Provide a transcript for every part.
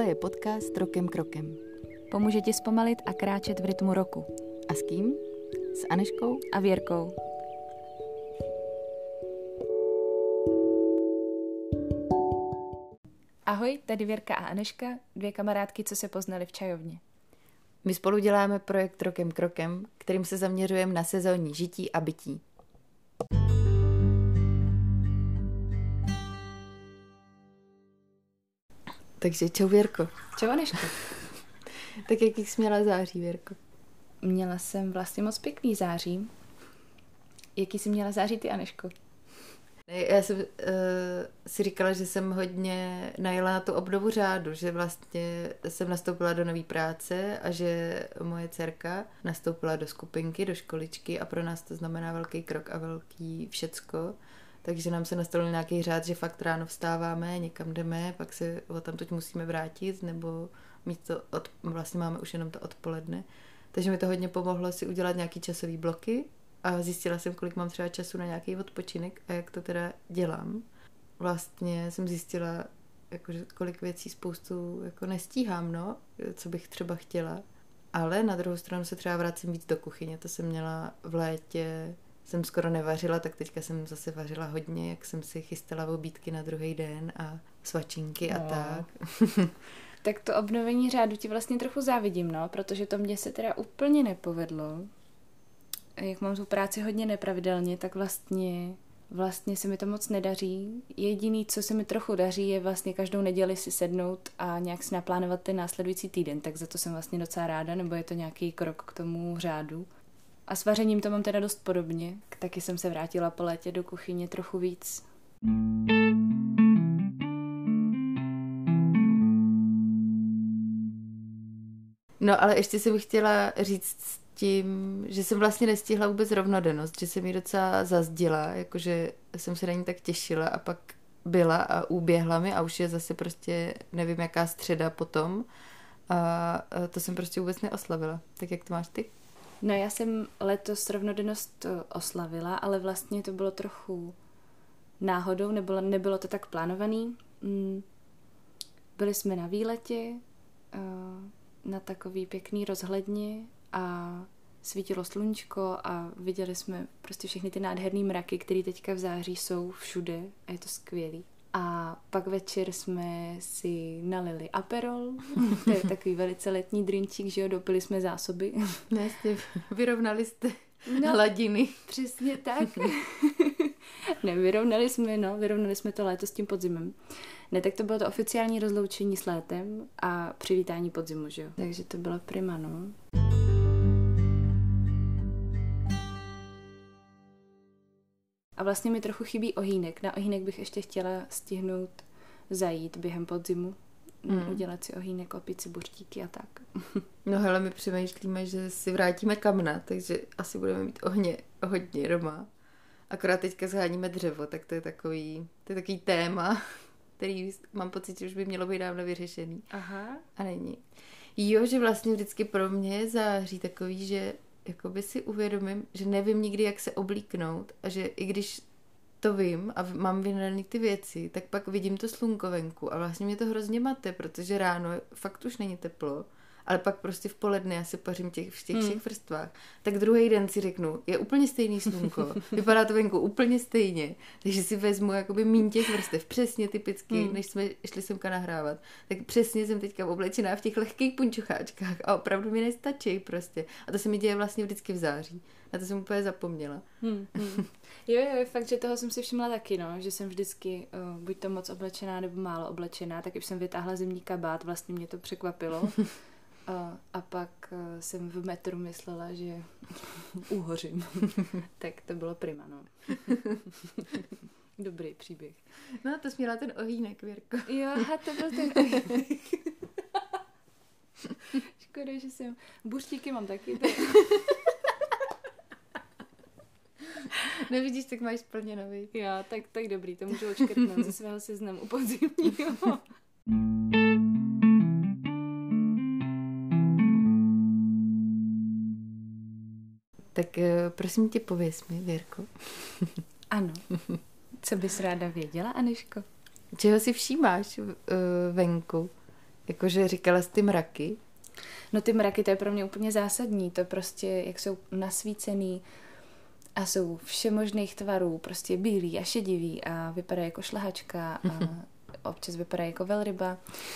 Tohle je podcast Rokem krokem. Pomůže ti zpomalit a kráčet v rytmu roku. A s kým? S Aneškou a Věrkou. Ahoj, tady Věrka a Aneška, dvě kamarádky, co se poznaly v čajovně. My spolu děláme projekt Rokem krokem, kterým se zaměřujeme na sezónní žití a bytí. Takže čau, Věrko. Čau, Aneško. Tak jaký jsi měla září, Věrko? Měla jsem vlastně moc pěkný září. Jaký jsi měla září ty, Aneško? Já jsem si říkala, že jsem hodně najela na tu obnovu řádu, že vlastně jsem nastoupila do nové práce a že moje dcerka nastoupila do skupinky, do školičky a pro nás to znamená velký krok a velký všecko. Takže nám se nastavil nějaký řád, že fakt ráno vstáváme, někam jdeme, pak se odtamtud musíme vrátit, nebo mít to vlastně máme už jenom to odpoledne. Takže mi to hodně pomohlo si udělat nějaký časový bloky a zjistila jsem, kolik mám třeba času na nějaký odpočinek a jak to teda dělám. Vlastně jsem zjistila, jakože kolik věcí spoustu jako nestíhám, no, co bych třeba chtěla. Ale na druhou stranu se třeba vracím víc do kuchyně. To jsem měla v létě, jsem skoro nevařila, tak teďka jsem zase vařila hodně, jak jsem si chystala obídky na druhý den a svačinky a tak. Tak to obnovení řádu ti vlastně trochu závidím, no, protože to mně se teda úplně nepovedlo. Jak mám tu práci hodně nepravidelně, tak vlastně se mi to moc nedaří. Jediný, co se mi trochu daří, je vlastně každou neděli si sednout a nějak si naplánovat ten následující týden, tak za to jsem vlastně docela ráda, nebo je to nějaký krok k tomu řádu. A s vařením to mám teda dost podobně. Taky jsem se vrátila po létě do kuchyně trochu víc. No ale ještě jsem chtěla říct tím, že jsem vlastně nestihla vůbec rovnodennost, že jsem ji docela zazdila, jakože jsem se na ní tak těšila a pak byla a uběhla mi a už je zase prostě nevím jaká středa potom a to jsem prostě vůbec neoslavila. Tak jak to máš ty? No já jsem letos rovnodennost oslavila, ale vlastně to bylo trochu náhodou, nebylo to tak plánovaný. Byli jsme na výletě, na takový pěkný rozhledně a svítilo sluníčko a viděli jsme prostě všechny ty nádherný mraky, které teďka v září jsou všude a je to skvělý. A pak večer jsme si nalili Aperol, to je takový velice letní drinčík, že jo, dopili jsme zásoby. Ne, vyrovnali jste hladiny. Přesně tak. Ne, vyrovnali jsme to léto s tím podzimem. Ne, tak to bylo to oficiální rozloučení s létem a přivítání podzimu, že jo. Takže to bylo prima, no. A vlastně mi trochu chybí ohýnek. Na ohýnek bych ještě chtěla stihnout zajít během podzimu. Udělat si ohýnek, opít si buřtíky a tak. No hele, my přemýšlíme, že si vrátíme kamna, takže asi budeme mít ohně hodně doma. Akorát teďka zháníme dřevo, tak to je takový téma, který mám pocit, že už by mělo být dávno vyřešený. Aha. A není. Jo, že vlastně vždycky pro mě je září takový, že jakoby si uvědomím, že nevím nikdy, jak se oblíknout a že i když to vím a mám vydaný ty věci, tak pak vidím to slunko venku a vlastně mě to hrozně mate, protože ráno fakt už není teplo, ale pak prostě v poledne já se pařím v těch všech vrstvách. Tak druhý den si řeknu, je úplně stejný slunko, vypadá to venku úplně stejně, takže si vezmu jakoby míň těch vrstev, přesně typicky, než jsme šli semka nahrávat. Tak přesně jsem teďka oblečená v těch lehkých punčocháčkách a opravdu mi nestačí prostě. A to se mi děje vlastně vždycky v září. Na to jsem úplně zapomněla. Jo, fakt, že toho jsem si všimla taky, no, že jsem vždycky buď to moc oblečená nebo málo oblečená, tak už jsem vytáhla zimní kabát, vlastně mě to překvapilo. A pak jsem v metru myslela, že uhořím. Tak to bylo prima, no. Dobrý příběh. No, to jsi měla ten ohýnek, Věrko. Jo, aha, to byl ten ohýnek. Škoda, že jsem... Buřtíky mám taky. Nevidíš, tak máš splněnový. Jo, tak dobrý, to můžu odškrtnout ze svého seznamu podzimního. Tak prosím tě, pověz mi, Věrko. Ano. Co bys ráda věděla, Aneško? Čeho si všímáš venku? Jakože říkala jsi ty mraky. No ty mraky, to je pro mě úplně zásadní. To prostě, jak jsou nasvícený a jsou všemožných tvarů, prostě bílý a šedivý a vypadají jako šlehačka a občas vypadají jako velryba.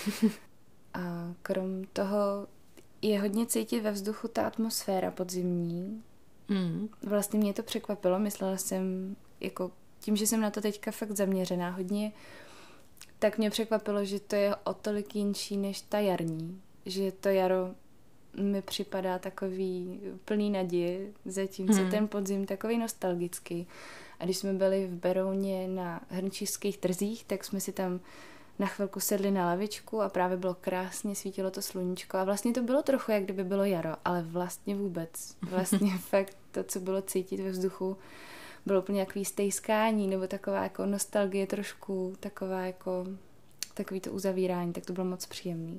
A krom toho je hodně cítit ve vzduchu ta atmosféra podzimní. Vlastně mě to překvapilo, myslela jsem, jako tím, že jsem na to teďka fakt zaměřená hodně, tak mě překvapilo, že to je o tolik jinší než ta jarní. Že to jaro mi připadá takový plný naděje, zatímco ten podzim takový nostalgický. A když jsme byli v Berouně na hrnčířských trzích, tak jsme si tam na chvilku sedli na lavičku a právě bylo krásně, svítilo to sluníčko a vlastně to bylo trochu, jak kdyby bylo jaro, ale vlastně vůbec. Vlastně fakt to, co bylo cítit ve vzduchu, bylo úplně takový stejskání nebo taková jako nostalgie trošku, taková jako takový to uzavírání, tak to bylo moc příjemný.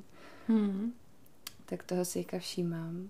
Tak toho si jaka všímám.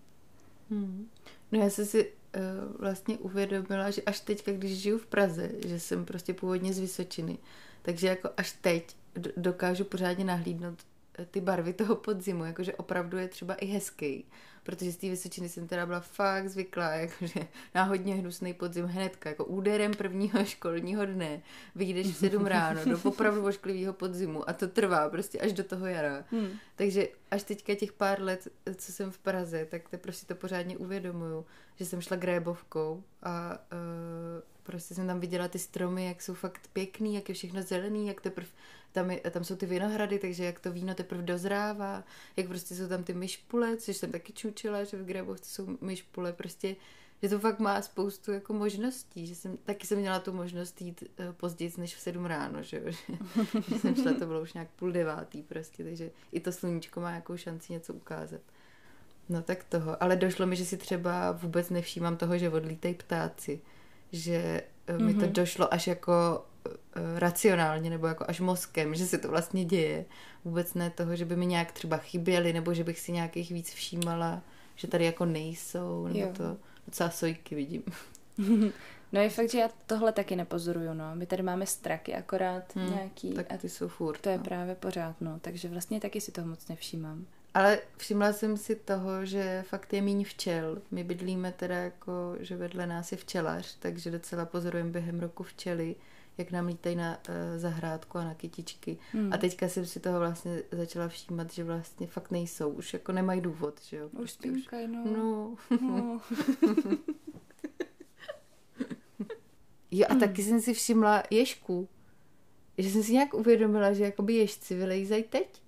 No já jsem si vlastně uvědomila, že až teďka, když žiju v Praze, že jsem prostě původně z Vysočiny, takže jako až teď dokážu pořádně nahlídnout ty barvy toho podzimu, jakože opravdu je třeba i hezký, protože z té Vysočiny jsem teda byla fakt zvyklá, jakože na hodně hnusný podzim hnedka, jako úderem prvního školního dne vyjdeš v 7 ráno do opravdu ošklivého podzimu a to trvá prostě až do toho jara. Takže až teďka těch pár let, co jsem v Praze, tak prostě to pořádně uvědomuju, že jsem šla grébovkou a prostě jsem tam viděla ty stromy, jak jsou fakt pěkný, jak je všechno zelený, jak teprve tam jsou ty vinohrady, takže jak to víno teprve dozrává, jak prostě jsou tam ty myšpule, což jsem taky čučila, že v grébovce jsou myšpule, prostě, že to fakt má spoustu jako možností, že taky jsem měla tu možnost jít později než v 7 ráno, že jsem šla, to bylo už nějak 8:30 prostě, takže i to sluníčko má jakou šanci něco ukázat. No tak toho, ale došlo mi, že si třeba vůbec nevšímám toho, že odlítají ptáci, že mi to došlo až jako racionálně nebo jako až mozkem, že se to vlastně děje. Vůbec ne toho, že by mi nějak třeba chyběly nebo že bych si nějakých víc všímala, že tady jako nejsou, nebo to docela sojky vidím. No je fakt, že já tohle taky nepozoruju, no. My tady máme straky akorát nějaký. Tak ty jsou furt. To je právě pořád, no. Takže vlastně taky si toho moc nevšímám. Ale všimla jsem si toho, že fakt je míň včel. My bydlíme teda jako, že vedle nás je včelař, takže docela pozorujeme během roku včely, jak nám lítají na zahrádku a na kytičky. A teďka jsem si toho vlastně začala všímat, že vlastně fakt nejsou. Už jako nemají důvod, že jo. Už spínkaj, no. No. Jo, a taky jsem si všimla ježků. Že jsem si nějak uvědomila, že jakoby ježci vylejzají teď.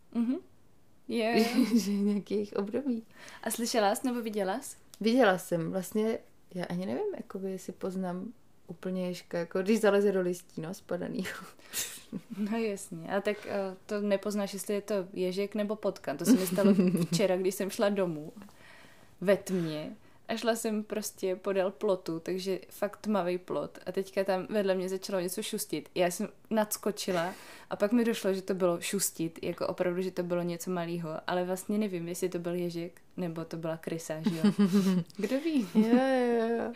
Že nějaký jejich období. A slyšela jsi nebo viděla jsi? Viděla jsem. Vlastně, já ani nevím, jakoby, jestli poznám úplně ježka, jako když zaleze do listí, no, spadanýho. No jasně, a tak to nepoznáš, jestli je to ježek nebo potkan. To se mi stalo včera, když jsem šla domů ve tmě a šla jsem prostě podél plotu, takže fakt tmavý plot a teďka tam vedle mě začalo něco šustit. Já jsem nadskočila a pak mi došlo, že to bylo šustit, jako opravdu, že to bylo něco malýho, ale vlastně nevím, jestli to byl ježek nebo to byla krysa, že jo? Kdo ví? Jo.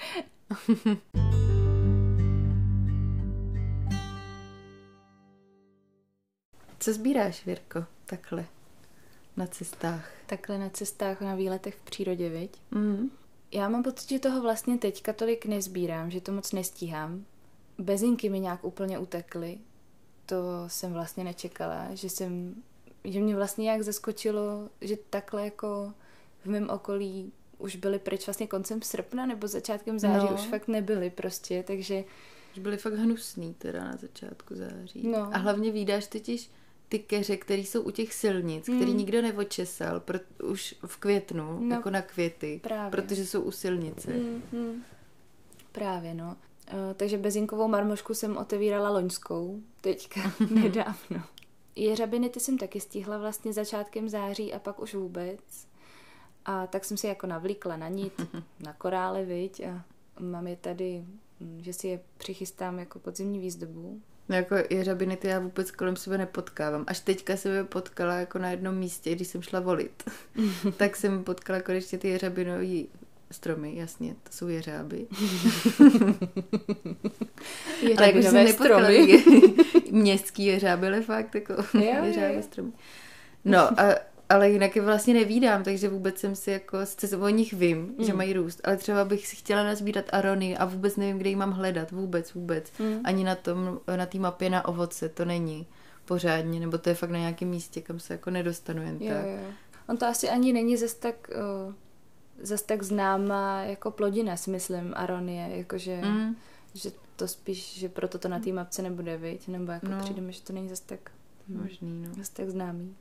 Co sbíráš, Věrko, takhle na cestách? Takhle na cestách, na výletech v přírodě, viď? Já mám pocit, že toho vlastně teďka tolik nezbírám, že to moc nestíhám. Bezinky mi nějak úplně utekly. To jsem vlastně nečekala, že mě vlastně nějak zaskočilo, že takhle jako v mém okolí už byly pryč vlastně koncem srpna nebo začátkem září, už fakt nebyly prostě, takže... Už byly fakt hnusný teda na začátku září. No. A hlavně vídáš totiž ty keře, které jsou u těch silnic, který nikdo neočesal už v květnu, jako na květy, protože jsou u silnice. Právě, no. Takže bezinkovou marmošku jsem otevírala loňskou, teďka nedávno. Jeřabiny ty jsem taky stihla vlastně začátkem září a pak už vůbec. A tak jsem si jako navlíkla na nit, na korále, viď, a mám je tady, že si je přichystám jako podzimní výzdobu. No jako jeřabiny ty já vůbec kolem sebe nepotkávám. Až teďka jsem je potkala jako na jednom místě, když jsem šla volit. Tak jsem potkala konečně ty jeřabinový stromy, jasně, to jsou jeřáby. Jeřabinové stromy. Městský jeřáby, ale fakt jako jeřáby stromy. No a ale jinak je vlastně nevídám, takže vůbec jsem si jako, sice o nich vím, že mají růst, ale třeba bych si chtěla nazbírat aronii a vůbec nevím, kde ji mám hledat, vůbec. Ani na té mapě na ovoce to není pořádně, nebo to je fakt na nějakém místě, kam se jako nedostanu jen tak. Jo. On to asi ani není zas tak známá jako plodina, si myslím, aronie, jakože že to spíš, že proto to na té mapce nebude, viď? Nebo jako přijde mi, že to není zas tak možný, zas tak známý.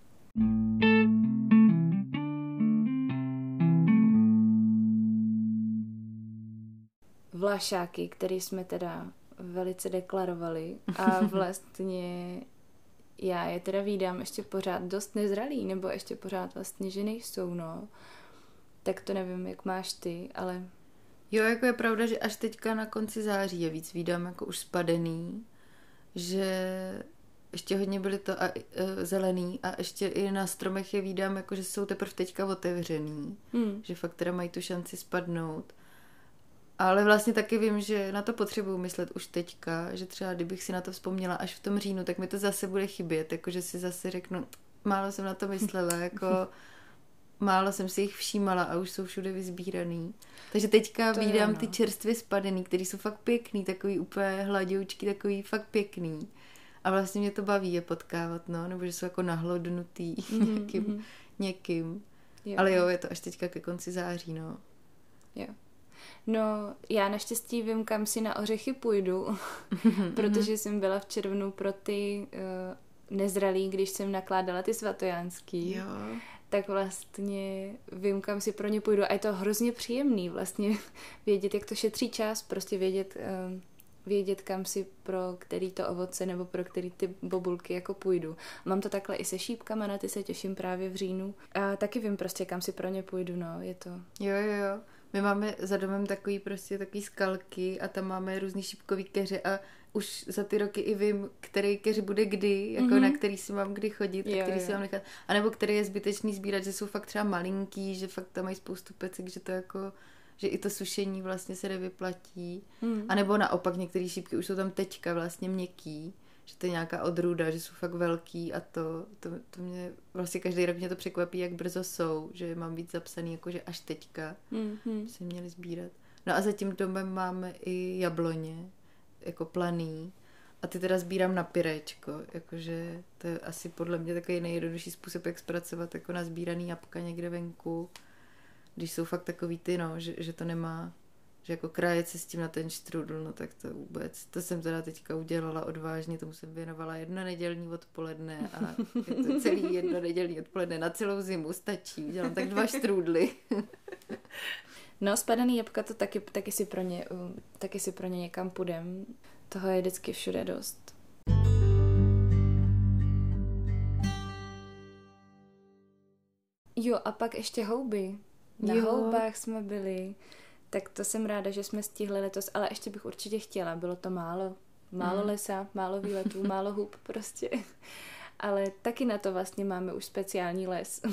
Vlašáky, který jsme teda velice deklarovali a vlastně já je teda vídám ještě pořád dost nezralý, nebo ještě pořád vlastně, že nejsou, no. Tak to nevím, jak máš ty, ale... Jo, jako je pravda, že až teďka na konci září je víc vídám jako už spadený, že ještě hodně byly to zelený a ještě i na stromech je vídám, jako že jsou teprve teďka otevřený, že fakt teda mají tu šanci spadnout. Ale vlastně taky vím, že na to potřebuju myslet už teďka, že třeba kdybych si na to vzpomněla až v tom říjnu, tak mi to zase bude chybět, jakože si zase řeknu, málo jsem na to myslela, jako málo jsem si jich všímala a už jsou všude vyzbíraný. Takže teďka vídám ty čerstvě spadený, který jsou fakt pěkný, takový úplně hladoučky, takový fakt pěkný. A vlastně mě to baví je potkávat, no, nebo že jsou jako nahlodnutý někým. Jo. Ale jo, je to až teďka ke konci září, no. Jo. No, já naštěstí vím, kam si na ořechy půjdu, protože jsem byla v červnu pro ty nezralý, když jsem nakládala ty svatojánský. Jo. Tak vlastně vím, kam si pro ně půjdu. A je to hrozně příjemný vlastně vědět, jak to šetří čas, prostě vědět, kam si pro který to ovoce nebo pro který ty bobulky jako půjdu. Mám to takhle i se šípkama, na ty se těším právě v říjnu. A taky vím prostě, kam si pro ně půjdu, no, je to... Jo. My máme za domem takový skalky a tam máme různý šípkový keře a už za ty roky i vím, který keř bude kdy, jako na který si mám kdy chodit a který si mám nechat. A nebo který je zbytečný sbírat, že jsou fakt třeba malinký, že fakt tam mají spoustu pecek, že to jako, že i to sušení vlastně se nevyplatí. A nebo naopak některé šípky už jsou tam teďka vlastně měkký, že to je nějaká odrůda, že jsou fakt velký a to mě, vlastně každý rok mě to překvapí, jak brzo jsou, že mám víc zapsaný, jakože až teďka se měli sbírat. No a za tím domem máme i jabloně, jako planý a ty teda sbírám na pyréčko, jakože to je asi podle mě takový nejjednodušší způsob, jak zpracovat jako na sbíraný jabka někde venku, když jsou fakt takový ty, no, že to nemá, že jako krájet se s tím na ten štrudl, no tak to vůbec. To jsem teda teďka udělala odvážně, tomu jsem věnovala 1 nedělní odpoledne a je to celý 1 nedělní odpoledne na celou zimu stačí. Udělám tak 2 štrůdly. No, spadaný jabka to taky si pro ně někam půjdem. Toho je vždycky všude dost. Jo, a pak ještě houby. Na houbách jsme byli. Tak to jsem ráda, že jsme stihli letos, ale ještě bych určitě chtěla. Bylo to málo lesa, málo výletů, málo hub prostě. Ale taky na to vlastně máme už speciální les,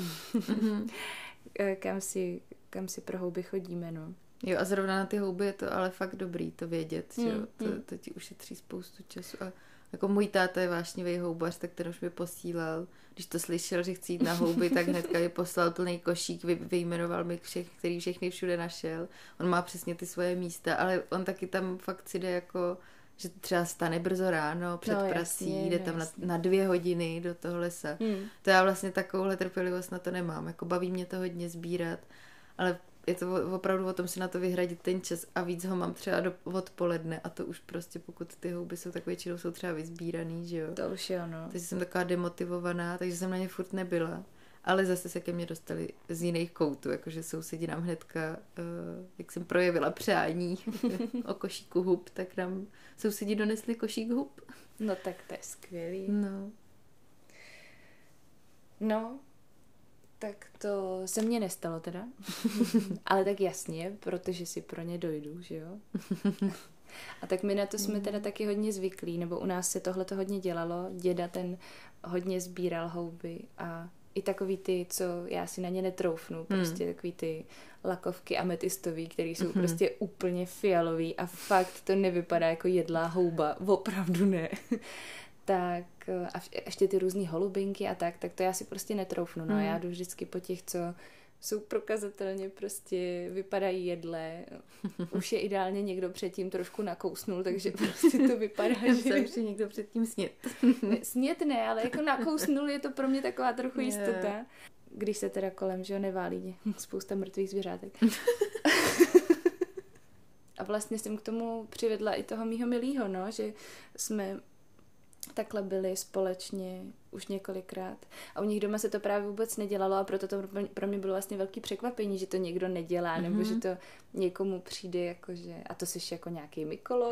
kam si pro houby chodíme, no. Jo, a zrovna na ty houby je to ale fakt dobrý to vědět, že jo. To ti ušetří spoustu času. A jako můj táta je vášnivý houbař, tak ten už mi posílal. Když to slyšel, že chci jít na houby, tak hnedka mi poslal plný košík, vyjmenoval mi který všechny všude našel. On má přesně ty svoje místa, ale on taky tam fakt si jde jako, že třeba stane brzo ráno před prací, jde tam na 2 hodiny do toho lesa. To já vlastně takovouhle trpělivost na to nemám. Jako baví mě to hodně sbírat, ale je to opravdu o tom si na to vyhradit ten čas a víc ho mám třeba odpoledne a to už prostě, pokud ty houby jsou tak většinou jsou třeba vyzbíraný, že jo. To už je ono. Takže jsem taková demotivovaná, takže jsem na ně furt nebyla. Ale zase se ke mně dostali z jiných koutů, jakože sousedi nám hnedka, jak jsem projevila přání o košíku hub, tak nám sousedi donesli košík hub. No tak to je skvělý. No, tak to se mně nestalo teda. Ale tak jasně, protože si pro ně dojdu, že jo? A tak my na to jsme teda taky hodně zvyklí, nebo u nás se tohle to hodně dělalo. Děda ten hodně sbíral houby a i takový ty, co já si na ně netroufnu, prostě takový ty lakovky ametistový, který jsou prostě úplně fialový a fakt to nevypadá jako jedlá houba, opravdu ne. tak a ještě ty různý holubinky a tak to já si prostě netroufnu, no. Já jdu vždycky po těch, co jsou prokazatelně prostě vypadají jedle. Už je ideálně někdo předtím trošku nakousnul, takže prostě to vypadá, že... Už někdo předtím snět. Snět ne, ale jako nakousnul je to pro mě taková trochu jistota. Když se teda kolem, že jo, neválí spousta mrtvých zvířátek. A vlastně jsem k tomu přivedla i toho mýho milýho, no, že jsme takhle byli společně už několikrát. A u nich doma se to právě vůbec nedělalo a proto to pro mě bylo vlastně velký překvapení, že to někdo nedělá, nebo že to někomu přijde jakože, a to jsi jako nějaký mykolog.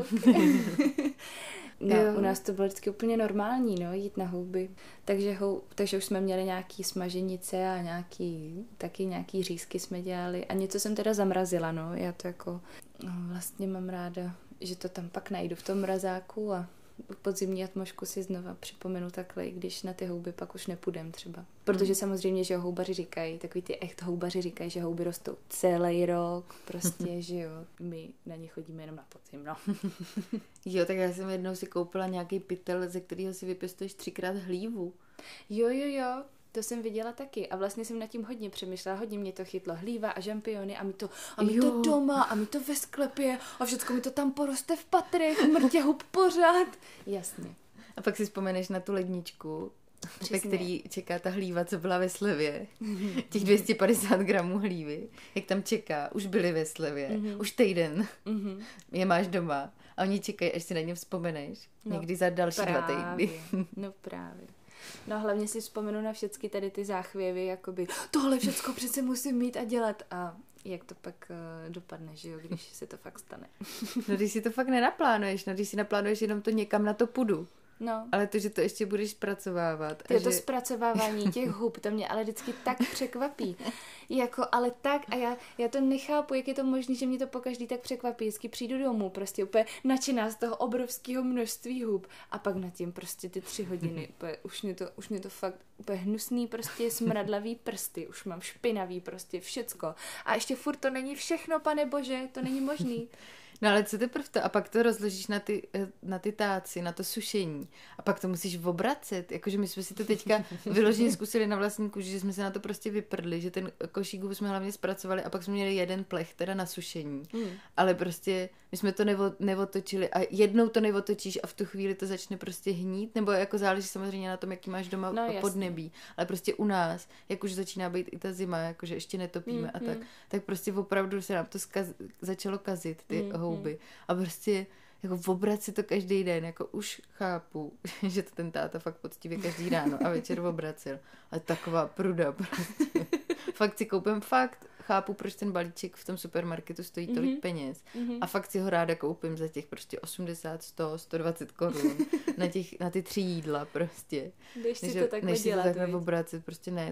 No, u nás to bylo vždycky úplně normální, no, jít na houby. Takže už jsme měli nějaký smaženice a taky nějaký řízky jsme dělali. A něco jsem teda zamrazila, no. Já to jako vlastně mám ráda, že to tam pak najdu v tom mrazáku a podzimní atmosféru si znova připomenu takhle, i když na ty houby pak už nepůjdem třeba. Protože samozřejmě, že houbaři říkají, takový ty houbaři říkají, že houby rostou celý rok, prostě, že jo, my na ně chodíme jenom na podzim, no. Jo, tak já jsem jednou si koupila nějaký pytel, ze kterého si vypěstuješ 3x hlívu. Jo, to jsem viděla taky a vlastně jsem nad tím hodně přemýšlela, hodně mě to chytlo, hlíva a žampiony a mi to doma a mi to ve sklepě a všechno mi to tam poroste v patrech, mrtě hub pořád. Jasně. A pak si vzpomeneš na tu ledničku, ve který čeká ta hlíva, co byla ve slevě. Těch 250 gramů hlívy, jak tam čeká, už byly ve slevě, už týden je máš doma a oni čekají, až si na ně vzpomeneš, někdy za další 2 týdny. No právě. No hlavně si vzpomenu na všechny tady ty záchvěvy, jakoby tohle všecko přece musím mít a dělat a jak to pak dopadne, že jo, když se to fakt stane. No když si to fakt nenaplánuješ, když si naplánuješ jenom to někam na to půdu. No. Ale to, že to ještě budeš zpracovat. To zpracovávání těch hub, to mě ale vždycky tak překvapí. Jako, ale tak a já to nechápu, jak je to možné, že mě to pokaždý tak překvapí. Vždycky přijdu domů, prostě úplně nadšená z toho obrovského množství hub a pak nad tím prostě ty 3 hodiny. Úplně, už mě to fakt úplně hnusný, prostě smradlavý prsty, už mám špinavý prostě všecko. A ještě furt to není všechno, pane bože, to není možný. No ale co teprve to? A pak to rozložíš na ty táci, na to sušení. A pak to musíš obracet. Jakože my jsme si to teďka vyloženě zkusili na vlastní kůži, že jsme se na to prostě vyprdli, že ten košík jsme hlavně zpracovali a pak jsme měli jeden plech teda na sušení. Ale prostě my jsme to neotočili a jednou to neotočíš a v tu chvíli to začne prostě hnít, nebo jako záleží samozřejmě na tom, jaký máš doma podnebí. Ale prostě u nás, jak už začíná být i ta zima, jakože ještě netopíme a tak prostě opravdu se nám to začalo kazit, ty houby. A prostě jako obracet to každý den, jako už chápu, že to ten táta fakt poctivě každý ráno a večer obracel. Ale taková pruda prostě. Fakt si koupím, chápu, proč ten balíček v tom supermarketu stojí tolik peněz. A fakt si ho ráda koupím za těch prostě 80, 100, 120 korun na ty 3 jídla prostě. Než si to takhle obracet, prostě ne.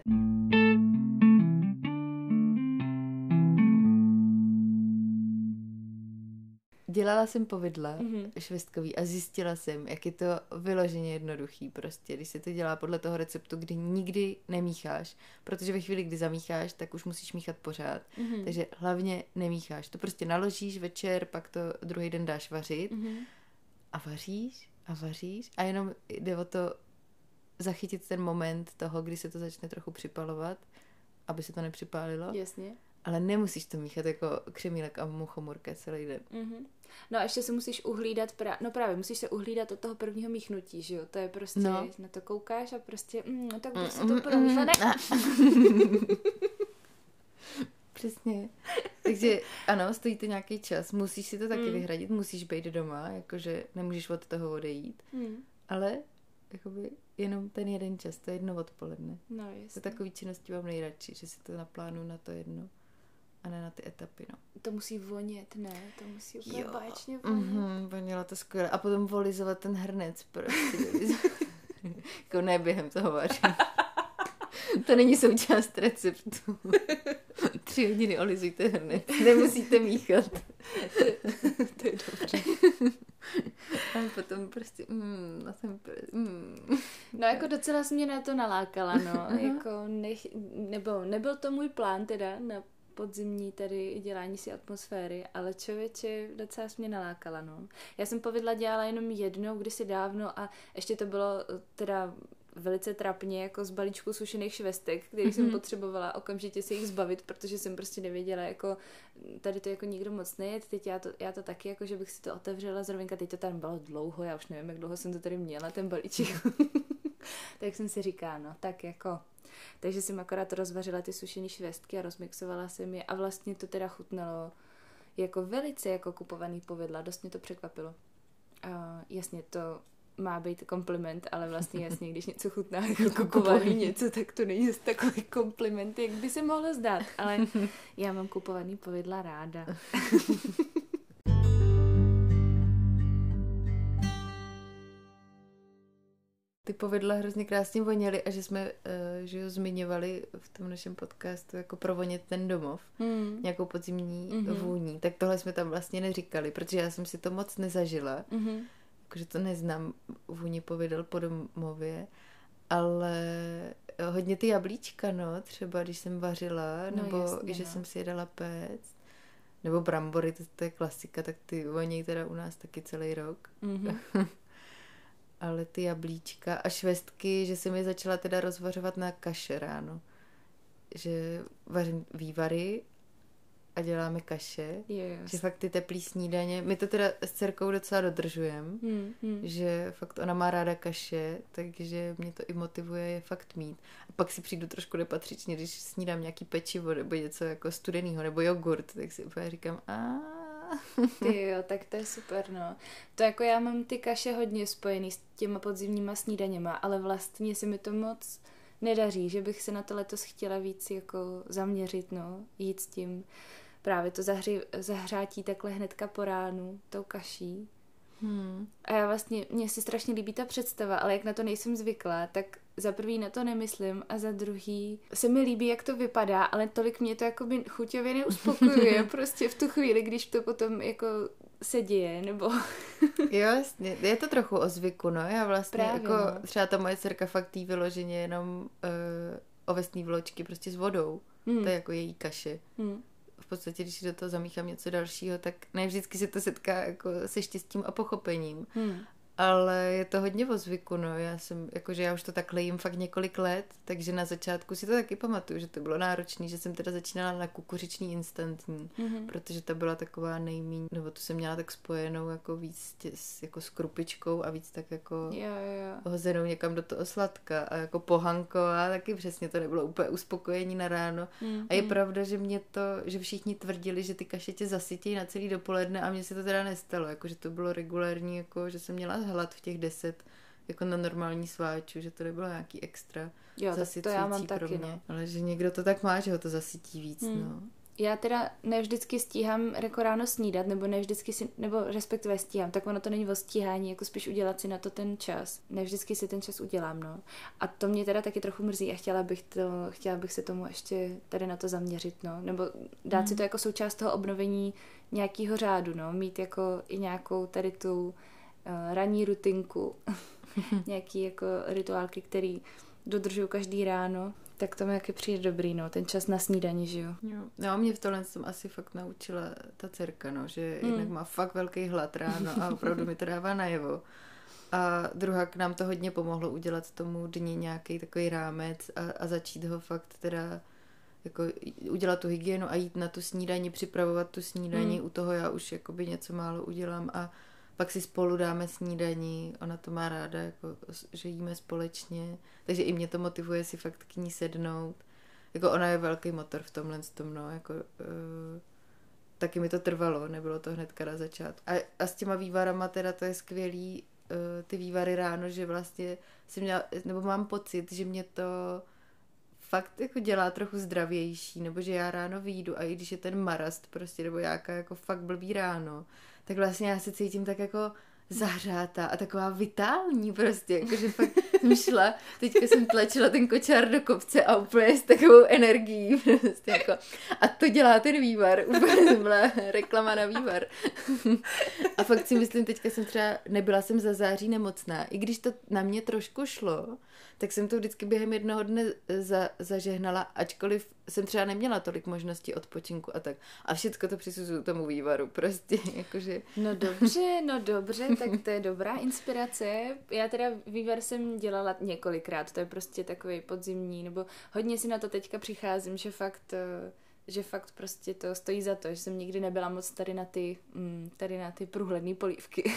Dělala jsem povidla švestkový a zjistila jsem, jak je to vyloženě jednoduchý prostě, když se to dělá podle toho receptu, kdy nikdy nemícháš, protože ve chvíli, kdy zamícháš, tak už musíš míchat pořád. Takže hlavně nemícháš. To prostě naložíš večer, pak to druhý den dáš vařit a vaříš a jenom jde o to zachytit ten moment toho, kdy se to začne trochu připalovat, aby se to nepřipálilo. Jasně. Ale nemusíš to míchat jako křemílek a muchomurka celý den. No a ještě se musíš uhlídat, musíš se uhlídat od toho prvního míchnutí, že jo? To je prostě, na to koukáš a prostě, tak prostě to promíchne. Přesně. Takže ano, stojí to nějaký čas, musíš si to taky vyhradit, musíš být doma, jakože nemůžeš od toho odejít, ale jakoby jenom ten jeden čas, to jedno odpoledne. No, jasně. To takový činnosti mám nejradši, že si to naplánuju na to jedno a ne na ty etapy, no. To musí vonět, ne? To musí úplně báječně vonět. Vonělo to skvěle. A potom volizovat ten hrnec prostě. Jako ne během toho vaření. To není součást receptu. 3 hodiny olizujte hrnec. Nemusíte míchat. To je dobře. A potom prostě No jako docela jsi mě na to nalákala, no. Jako nebyl to můj plán teda na podzimní tady dělání si atmosféry, ale člověče docela jsi mě nalákala, no. Já jsem povidla dělala jenom jednou, kdysi dávno a ještě to bylo teda velice trapně jako z balíčku sušených švestek, který jsem potřebovala okamžitě se jich zbavit, protože jsem prostě nevěděla, jako tady to jako nikdo moc nejet, teď já to taky, jako že bych si to otevřela zrovna, teď to tam bylo dlouho, já už nevím, jak dlouho jsem to tady měla, ten balíček. Tak jsem si říkala, no tak jako, takže jsem akorát rozvařila ty sušené švestky a rozmixovala jsem je a vlastně to teda chutnalo jako velice jako kupovaný povidla, dost mě to překvapilo. Jasně, to má být kompliment, ale vlastně jasně, když něco chutná jako kupovaný něco, tak to není takový kompliment, jak by se mohlo zdát, ale já mám kupovaný povidla ráda. Ty povidla hrozně krásně voněly a že jsme že jo, zmiňovali v tom našem podcastu jako provonět ten domov, nějakou podzimní vůní, tak tohle jsme tam vlastně neříkali, protože já jsem si to moc nezažila, jakože to neznám vůni povidel po domově, ale hodně ty jablíčka, no, třeba když jsem vařila, nebo jasně, že jsem si je dala péct, nebo brambory, to je klasika, tak ty vonějí teda u nás taky celý rok. Ale ty jablíčka a švestky, že jsem je začala teda rozvařovat na kaše ráno. Že vařím vývary a děláme kaše. Yes. Že fakt ty teplý snídaně, my to teda s dcerkou docela dodržujeme, že fakt ona má ráda kaše, takže mě to i motivuje je fakt mít. A pak si přijdu trošku nepatřičně, když snídám nějaký pečivo nebo něco jako studenýho nebo jogurt, tak si úplně říkám Ty jo, tak to je super, no. To jako já mám ty kaše hodně spojený s těma podzimníma snídaněma, ale vlastně se mi to moc nedaří, že bych se na to letos chtěla víc jako zaměřit, no, jít s tím právě to zahřátí takhle hnedka po ránu, tou kaší. A já vlastně, mně si strašně líbí ta představa, ale jak na to nejsem zvyklá, tak za prvý na to nemyslím a za druhý se mi líbí, jak to vypadá, ale tolik mě to jakoby chuťově neuspokojuje prostě v tu chvíli, když to potom jako se děje, nebo... Jo, jasně, je to trochu o zvyku, no, já vlastně právě, jako no. Třeba ta moje dcerka fakt jí vyloženě jenom ovesný vločky prostě s vodou, to je jako její kaše. V podstatě, když do toho zamíchám něco dalšího, tak ne vždycky se to setká jako se štěstím a pochopením. Ale je to hodně o zvyku, no. Já už to takhle jím fakt několik let, takže na začátku si to taky pamatuju, že to bylo náročné, že jsem teda začínala na kukuřiční instantní, protože ta byla taková nejmíň, nebo tu jsem měla tak spojenou jako víc jako s krupičkou a víc tak jako hozenou někam do toho sladka a jako pohanková, taky přesně to nebylo úplně uspokojení na ráno. A je pravda, že všichni tvrdili, že ty kaše tě zasytějí na celý dopoledne a mně se to teda nestalo, jako že to bylo regulární, jako že jsem měla hlad v těch 10 jako na normální sváču, že to nebylo nějaký extra zasycující to já mám pro taky, mě. no. Ale že někdo to tak má, že ho to zasytí víc, no. Já teda ne vždycky stíhám jako ráno snídat, nebo ne vždycky nebo respektive stíhám, tak ono to není o stíhání, jako spíš udělat si na to ten čas. Ne vždycky si ten čas udělám, no. A to mě teda taky trochu mrzí a chtěla bych se tomu ještě tady na to zaměřit, no. Nebo dát si to jako součást toho obnovení nějakého řádu, no. Mít jako i nějakou tady tu ranní rutinku, nějaký jako rituálky, který dodržuju každý ráno, tak to mi jaký přijde dobrý, no, ten čas na snídani, že jo. No, mě v tohle jsem asi fakt naučila ta dcerka, no, že jednak má fakt velký hlad ráno a opravdu mi to dává najevo. A druhá k nám to hodně pomohlo udělat tomu dni nějaký takový rámec a začít ho fakt teda jako udělat tu hygienu a jít na tu snídani, připravovat tu snídani, u toho já už jakoby něco málo udělám a pak si spolu dáme snídani, ona to má ráda, jako, že jíme společně, takže i mě to motivuje si fakt k ní sednout. Jako ona je velký motor v tomhle tom, no, jako taky mi to trvalo, nebylo to hnedka na začátku. A s těma vývarama teda to je skvělý, ty vývary ráno, že vlastně jsem měla, nebo mám pocit, že mě to fakt jako dělá trochu zdravější, nebo že já ráno vyjdu a i když je ten marast prostě, nebo nějaká jako fakt blbý ráno, tak vlastně já se cítím tak jako zahřátá a taková vitální prostě, jakože fakt jsem šla, teďka jsem tlačila ten kočár do kopce a úplně s takovou energií prostě jako, a to dělá ten vývar, úplně byla reklama na vývar. A fakt si myslím, teďka jsem třeba, nebyla jsem za září nemocná, i když to na mě trošku šlo, tak jsem to vždycky během jednoho dne zažehnala, ačkoliv jsem třeba neměla tolik možností odpočinku a tak. A všechno to přisuzuju tomu vývaru, prostě, jakože... No dobře, tak to je dobrá inspirace. Já teda vývar jsem dělala několikrát, to je prostě takový podzimní, nebo hodně si na to teďka přicházím, že fakt prostě to stojí za to, že jsem nikdy nebyla moc tady na ty průhledné polívky.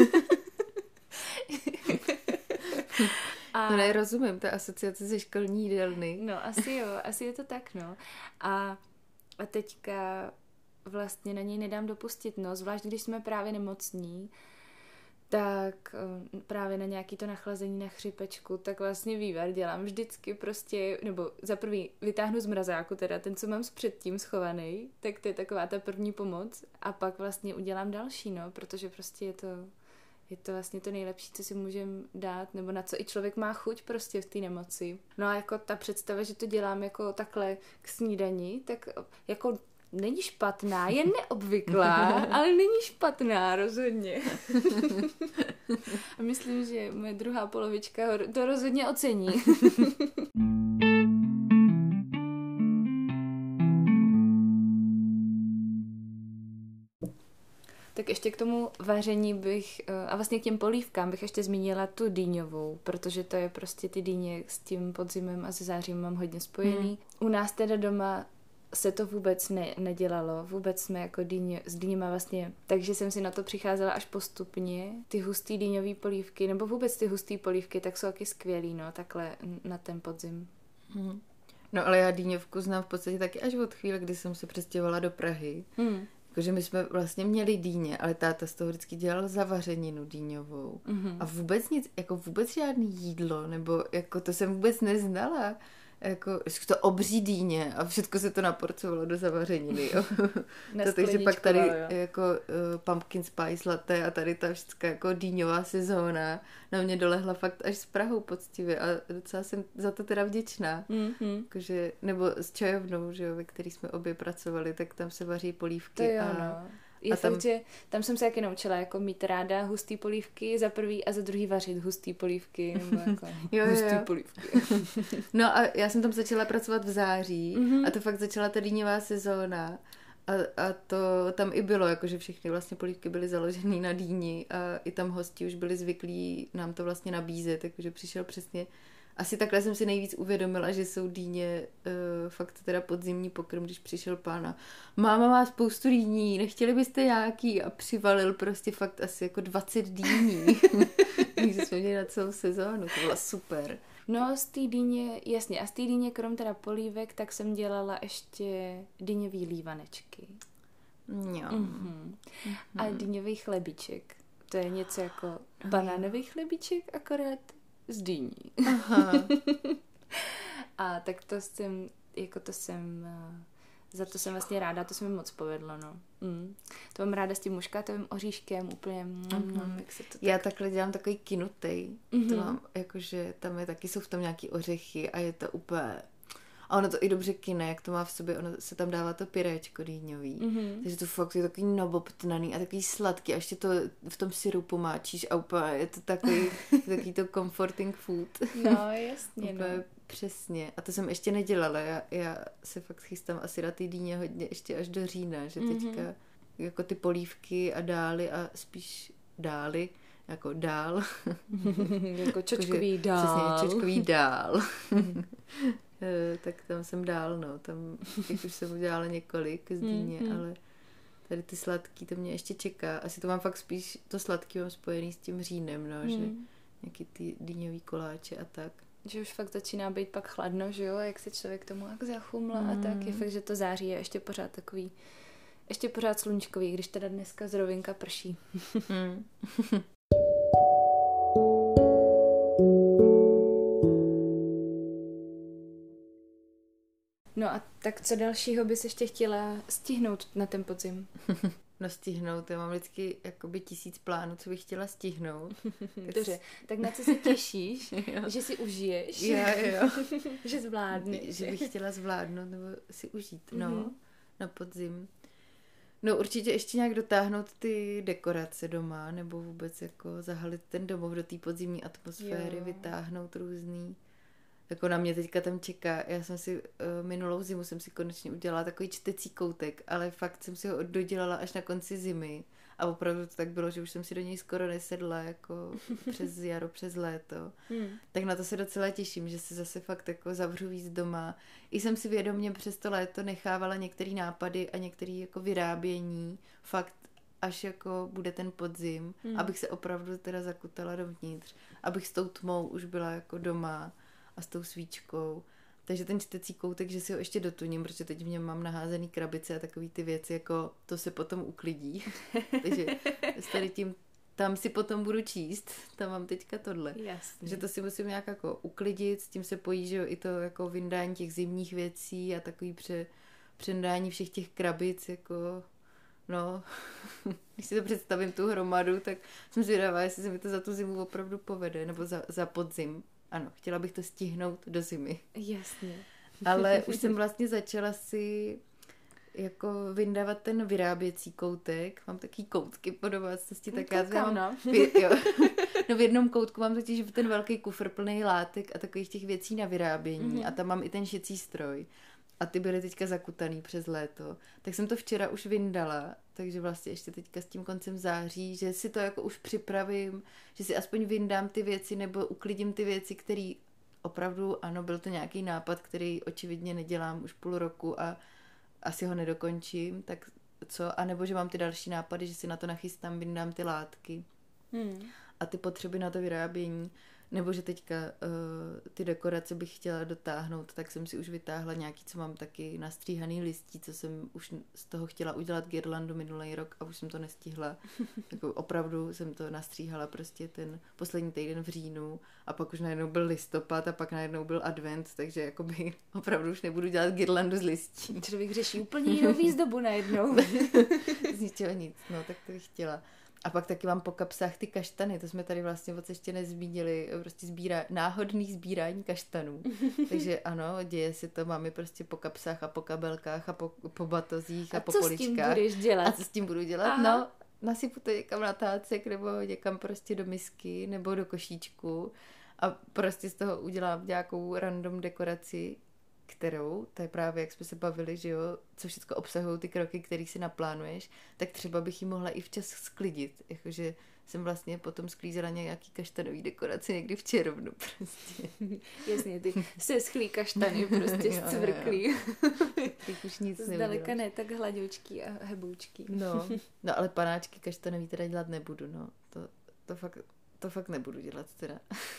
No ne, rozumím, ta asociace ze školní jídelny. No, asi je to tak, no. A teďka vlastně na něj nedám dopustit, no, zvlášť když jsme právě nemocní, tak právě na nějaký to nachlazení na chřipečku, tak vlastně vývar dělám vždycky prostě, nebo za prvý vytáhnu z mrazáku, teda ten, co mám předtím schovaný, tak to je taková ta první pomoc a pak vlastně udělám další, no, protože prostě je to vlastně to nejlepší, co si můžeme dát, nebo na co i člověk má chuť prostě v té nemoci. No a jako ta představa, že to dělám jako takhle k snídani, tak jako není špatná, je neobvyklá, ale není špatná rozhodně. A myslím, že moje druhá polovička to rozhodně ocení. Tak ještě k tomu vaření a vlastně k těm polívkám bych ještě zmínila tu dýňovou, protože to je prostě ty dýně s tím podzimem a se zářím mám hodně spojený. U nás teda doma se to vůbec nedělalo, vůbec jsme jako s dýněma vlastně, takže jsem si na to přicházela až postupně. Ty hustý dýňový polívky, nebo vůbec ty hustý polívky, tak jsou taky skvělý, no, takhle na ten podzim. No ale já dýňovku znám v podstatě taky až od chvíle, kdy jsem se přestěhovala do Prahy. Jakože my jsme vlastně měli dýně, ale táta z toho vždycky dělal zavařeninu dýňovou. A vůbec nic, jako vůbec žádný jídlo, nebo jako to jsem vůbec neznala. Jako to obří dýně a všechno se to naporcovalo do zavařeniny, jo. Takže pak tady jako pumpkin spice latte a tady ta všechna jako dýňová sezóna na mě dolehla fakt až s Prahou poctivě a docela jsem za to teda vděčná. Jakože, nebo s čajovnou, že jo, ve který jsme obě pracovali, tak tam se vaří polívky. To jo, no. Je fakt, že tam jsem se taky naučila jako mít ráda hustý polívky za prvý a za druhý vařit hustý polívky. Nebo jako hustý polívky. No a já jsem tam začala pracovat v září a to fakt začala ta dýňová sezóna. A to tam i bylo, jakože všechny vlastně polívky byly založené na dýni a i tam hosti už byli zvyklí nám to vlastně nabízet, takže přišel přesně. Asi takhle jsem si nejvíc uvědomila, že jsou dýně fakt teda podzimní pokrm, když přišel pán. Máma má spoustu dýní, nechtěli byste nějaký? A přivalil prostě fakt asi jako 20 dýní. Takže jsme měli na celou sezónu, to bylo super. No z té dýně, jasně, a z té dýně krom teda polívek, tak jsem dělala ještě dýňový lívanečky. Jo. A dýňový chlebíček. To je něco jako banánový chlebíček, akorát z dýní. A tak za to jsem vlastně ráda, to se mi moc povedlo, no. To mám ráda s tím muškátovým oříškem, úplně, jak se to tak... Já takhle dělám takový kinutej, to mám, jakože tam jsou v tom nějaký ořechy a je to úplně... A ono to i dobře kyne, jak to má v sobě, ono se tam dává to pyréčko dýňový. Takže to fakt je takový nabobtnaný a takový sladký a ještě to v tom syrupu máčíš a úplně je to takový to comforting food. No, jasně, úplně přesně. A to jsem ještě nedělala, já se fakt chystám asi na ty dýně hodně ještě až do října, že teďka jako ty polívky a dály a spíš dály, jako dál. Jako čočkový dál. Přesně, čočkový dál. Tak tam jsem dál, no. Tam už jsem udělala několik z dýně, ale tady ty sladký, to mě ještě čeká. Asi to mám fakt spíš, to sladký mám spojený s tím říjnem, no, že nějaký ty dýňový koláče a tak. Že už fakt začíná být pak chladno, že jo, jak se člověk tomu jak zachumla a tak. Je fakt, že to září je ještě pořád takový, ještě pořád sluníčkový, když teda dneska zrovinka prší. No a tak co dalšího bys ještě chtěla stihnout na ten podzim? No stihnout, já mám vždycky jakoby 1000 plánů, co bych chtěla stihnout. Dobře, tak na co se těšíš? Že si užiješ? Jo. Že zvládneš? Že bych chtěla zvládnout nebo si užít, no, na podzim. No určitě ještě nějak dotáhnout ty dekorace doma, nebo vůbec jako zahalit ten domov do té podzimní atmosféry, vytáhnout různý jako na mě teďka tam čeká. Já jsem si minulou zimu jsem si konečně udělala takový čtecí koutek, ale fakt jsem si ho dodělala až na konci zimy. A opravdu to tak bylo, že už jsem si do něj skoro nesedla, jako přes jaro, přes léto. Tak na to se docela těším, že se zase fakt jako zavřu víc doma. I jsem si vědomě přes to léto nechávala některé nápady a některé jako vyrábění fakt až jako bude ten podzim, abych se opravdu teda zakutala dovnitř, abych s tou tmou už byla jako doma a s tou svíčkou. Takže ten čtecí koutek, že si ho ještě dotuním, protože teď v něm mám naházený krabice a takový ty věci, jako to se potom uklidí. Takže s tady tím, tam si potom budu číst, tam mám teďka tohle. Jasně. Že to si musím nějak jako uklidit, s tím se pojí, že jo, i to jako vyndání těch zimních věcí a takový přendání všech těch krabic, jako no, když si to představím tu hromadu, tak jsem zvědavá, jestli se mi to za tu zimu opravdu povede, nebo za podzim. Ano, chtěla bych to stihnout do zimy. Jasně. Ale už jsem vlastně začala si jako vyndávat ten vyráběcí koutek. Mám takový koutky po domácnosti, tak já mám... Jo. No v jednom koutku mám totiž ten velký kufr plný látek a takových těch věcí na vyrábění. A tam mám i ten šicí stroj. A ty byly teďka zakutaný přes léto. Tak jsem to včera už vyndala, takže vlastně ještě teďka s tím koncem září, že si to jako už připravím, že si aspoň vyndám ty věci nebo uklidím ty věci, které opravdu, ano, byl to nějaký nápad, který očividně nedělám už půl roku a asi ho nedokončím, tak co? A nebo že mám ty další nápady, že si na to nachystám, vyndám ty látky a ty potřeby na to vyrábění. Nebo že teďka ty dekorace bych chtěla dotáhnout, tak jsem si už vytáhla nějaký, co mám taky nastříhaný listí, co jsem už z toho chtěla udělat girlandu minulý rok a už jsem to nestihla. Jako opravdu jsem to nastříhala prostě ten poslední týden v říjnu a pak už najednou byl listopad a pak najednou byl advent, takže jakoby opravdu už nebudu dělat girlandu z listí. Člověk řeší úplně jinou výzdobu najednou. Z ničeho nic, no tak to bych chtěla. A pak taky mám po kapsách ty kaštany, to jsme tady vlastně moc ještě nezmínili, prostě náhodný sbírání kaštanů. Takže ano, děje se to, máme prostě po kapsách a po kabelkách a po batozích a po poličkách. A co s tím budeš dělat? A co s tím budu dělat? Aha. No, nasypu to někam na tácek nebo někam prostě do misky nebo do košíčku a prostě z toho udělám nějakou random dekoraci, kterou, to je právě, jak jsme se bavili, že jo, co všechno obsahují ty kroky, které si naplánuješ, tak třeba bych ji mohla i včas sklidit. Jakože jsem vlastně potom sklízela nějaký kaštanový dekorace někdy v červnu prostě. Jasně, ty se schlí kaštany prostě zcvrklí. Teď už nic zdaleka ne, tak hladoučký a heboučký. No ale panáčky kaštanový teda dělat nebudu, no. To fakt nebudu dělat teda.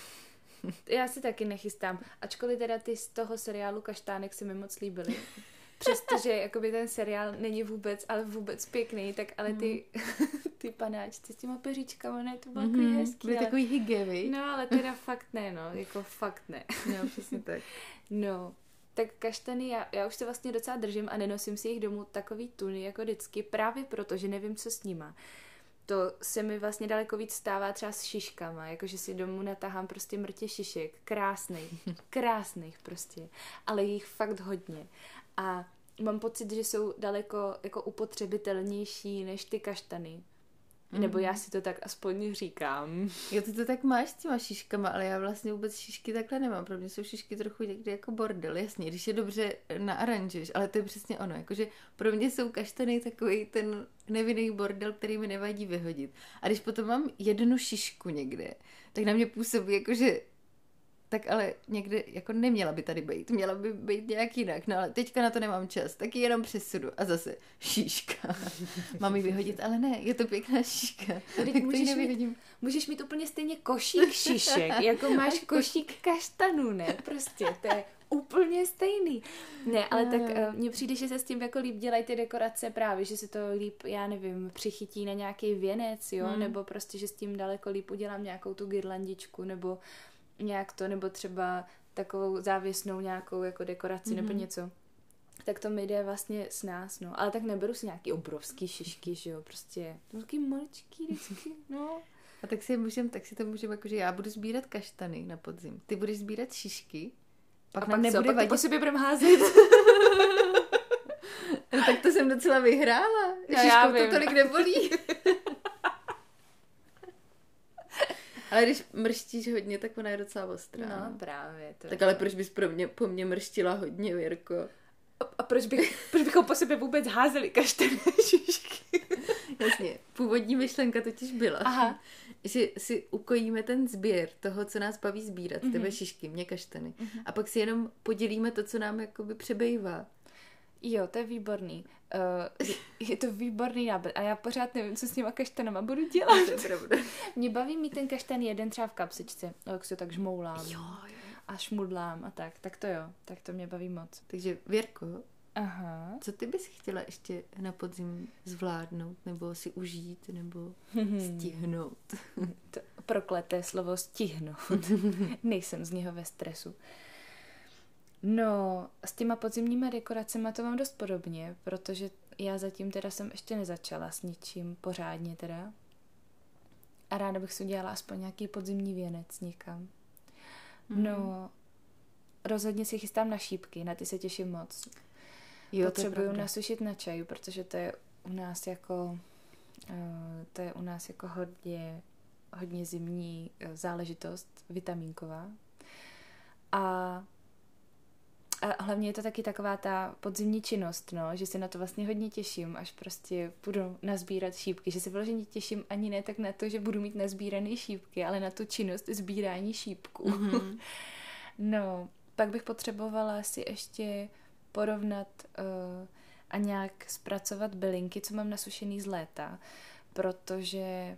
Já si taky nechystám, ačkoliv teda ty z toho seriálu Kaštánek se mi moc líbily. Přestože jakoby ten seriál není vůbec pěkný, tak ale ty panáčci s těma peříčkama, ne, to bylo takový hezký. Byly takový hygevy. No, ale teda fakt ne, no, jako fakt ne. No, přesně tak. No, tak kaštany, já už se vlastně docela držím a nenosím si jich domů takový tuny jako vždycky, právě proto, že nevím, co s nima. To se mi vlastně daleko víc stává třeba s šiškama, jakože si domů natahám prostě mrtě šišek, krásných prostě, ale jich fakt hodně. A mám pocit, že jsou daleko jako upotřebitelnější než ty kaštany. Nebo já si to tak aspoň říkám. Jo, ty to tak máš s těma šiškama, ale já vlastně vůbec šišky takhle nemám. Pro mě jsou šišky trochu někdy jako bordel, jasně, když je dobře naaranžuješ, ale to je přesně ono. Jakože pro mě jsou kaštany takový ten nevinný bordel, který mi nevadí vyhodit. A když potom mám jednu šišku někde, tak na mě působí jakože tak ale někde jako neměla by tady být, měla by být nějak jinak, no ale teďka na to nemám čas, tak ji jenom přesudu a zase šíška. Mám ji vyhodit, ale ne, je to pěkná šíška. Můžeš mít úplně stejně košík šišek, jako máš košík kaštanů, ne? Prostě, to je úplně stejný. Ne, ale tak mně přijde, že se s tím jako líp dělají ty dekorace právě, že se to líp, já nevím, přichytí na nějaký věnec, jo, nebo prostě, že s tím daleko líp udělám nějakou tu girlandičku, nebo nějak to, nebo třeba takovou závěsnou nějakou jako dekoraci nebo něco. Tak to mi jde vlastně s nás, no. Ale tak neberu si nějaký obrovský šišky, že jo, prostě takový maličký vždycky, no. A tak si to můžeme, jakože já budu sbírat kaštany na podzim. Ty budeš sbírat šišky. Pak nám nebude vadit. Po sobě budeme házet. No, tak to jsem docela vyhrála. No, šiškou to tolik nebolí. Ale když mrštíš hodně, tak ona je docela ostrá. No, právě. Tak ale proč bys po mně mrštila hodně, Věrko? A proč bychom po sebe vůbec házeli kaštany šišky? Jasně, původní myšlenka totiž byla, Aha. že si ukojíme ten sběr toho, co nás baví sbírat, tebe šišky, mě kaštany. A pak si jenom podělíme to, co nám jakoby přebejvá. Jo, to je výborný. Je to výborný nápad a já pořád nevím, co s těma kaštanama budu dělat. To je pravda. Mě baví mít ten kaštan jeden třeba v kapsičce, jak se tak žmoulám a šmudlám a tak to jo, tak to mě baví moc. Takže Věrko, Aha. co ty bys chtěla ještě na podzim zvládnout, nebo si užít, nebo stihnout? To prokleté slovo stihnout. Nejsem z něho ve stresu. No, s těma podzimníma dekoracemi to mám dost podobně, protože já zatím teda jsem ještě nezačala s ničím pořádně teda. A ráda bych si udělala aspoň nějaký podzimní věnec někam. No, rozhodně si chystám na šípky, na ty se těším moc. Jo, potřebuju nasušit na čaju, protože to je u nás jako hodně zimní záležitost, vitamínková. A hlavně je to taky taková ta podzimní činnost, no, že se na to vlastně hodně těším, až prostě budu nazbírat šípky, že se vyloženě těším ani ne tak na to, že budu mít nazbírané šípky, ale na tu činnost sbírání šípků. Mm-hmm. No, pak bych potřebovala si ještě porovnat a nějak zpracovat bylinky, co mám nasušený z léta, protože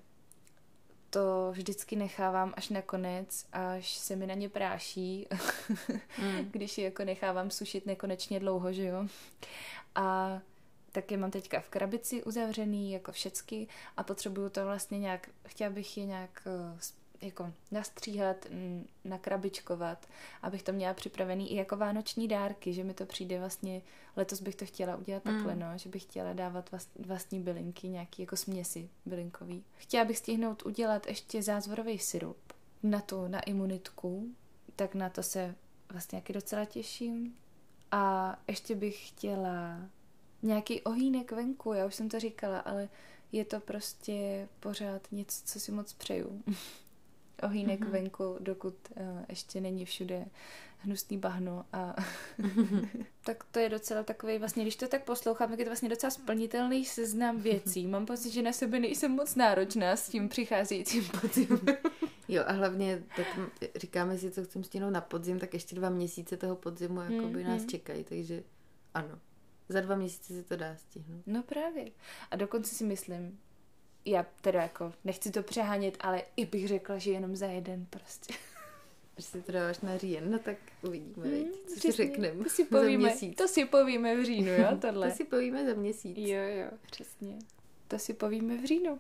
to vždycky nechávám až na konec, až se mi na ně práší, když je jako nechávám sušit nekonečně dlouho, že jo. A tak je mám teďka v krabici uzavřený, jako všecky, a potřebuju to vlastně nějak, chtěla bych je nějak jako nastříhat, nakrabičkovat, abych to měla připravený i jako vánoční dárky, že mi to přijde vlastně, letos bych to chtěla udělat takhle, no, že bych chtěla dávat vlastní bylinky, nějaký jako směsi bylinkový. Chtěla bych stihnout udělat ještě zázvorový sirup na imunitku, tak na to se vlastně taky docela těším. A ještě bych chtěla nějaký ohýnek venku, já už jsem to říkala, ale je to prostě pořád něco, co si moc přeju. Ohýnek venku, dokud ještě není všude hnusný bahno a tak to je docela takový, vlastně když to tak poslouchám, tak je to vlastně docela splnitelný seznam věcí. Mám pocit, že na sebe nejsem moc náročná s tím přicházejícím podzimem. Jo, a hlavně tak říkáme si, co chceme stihnout na podzim, tak ještě 2 měsíce toho podzimu jakoby nás čekají, takže ano, za 2 měsíce se to dá stihnout. No právě. A dokonce si myslím, já teda jako nechci to přehánět, ale i bych řekla, že jenom za jeden prostě. Když si to dáváš na říjen, no tak uvidíme, co si řekneme. To si povíme v říjnu, jo, tohle. To si povíme za měsíc. Jo, přesně. To si povíme v říjnu.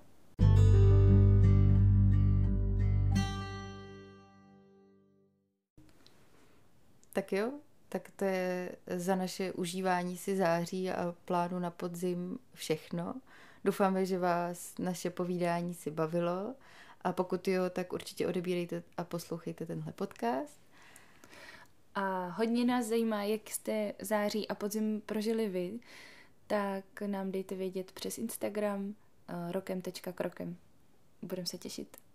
Tak jo, tak to je za naše užívání si září a plánu na podzim všechno. Doufáme, že vás naše povídání si bavilo a pokud jo, tak určitě odebírejte a poslouchejte tenhle podcast. A hodně nás zajímá, jak jste září a podzim prožili vy, tak nám dejte vědět přes Instagram rokem.krokem. Budeme se těšit.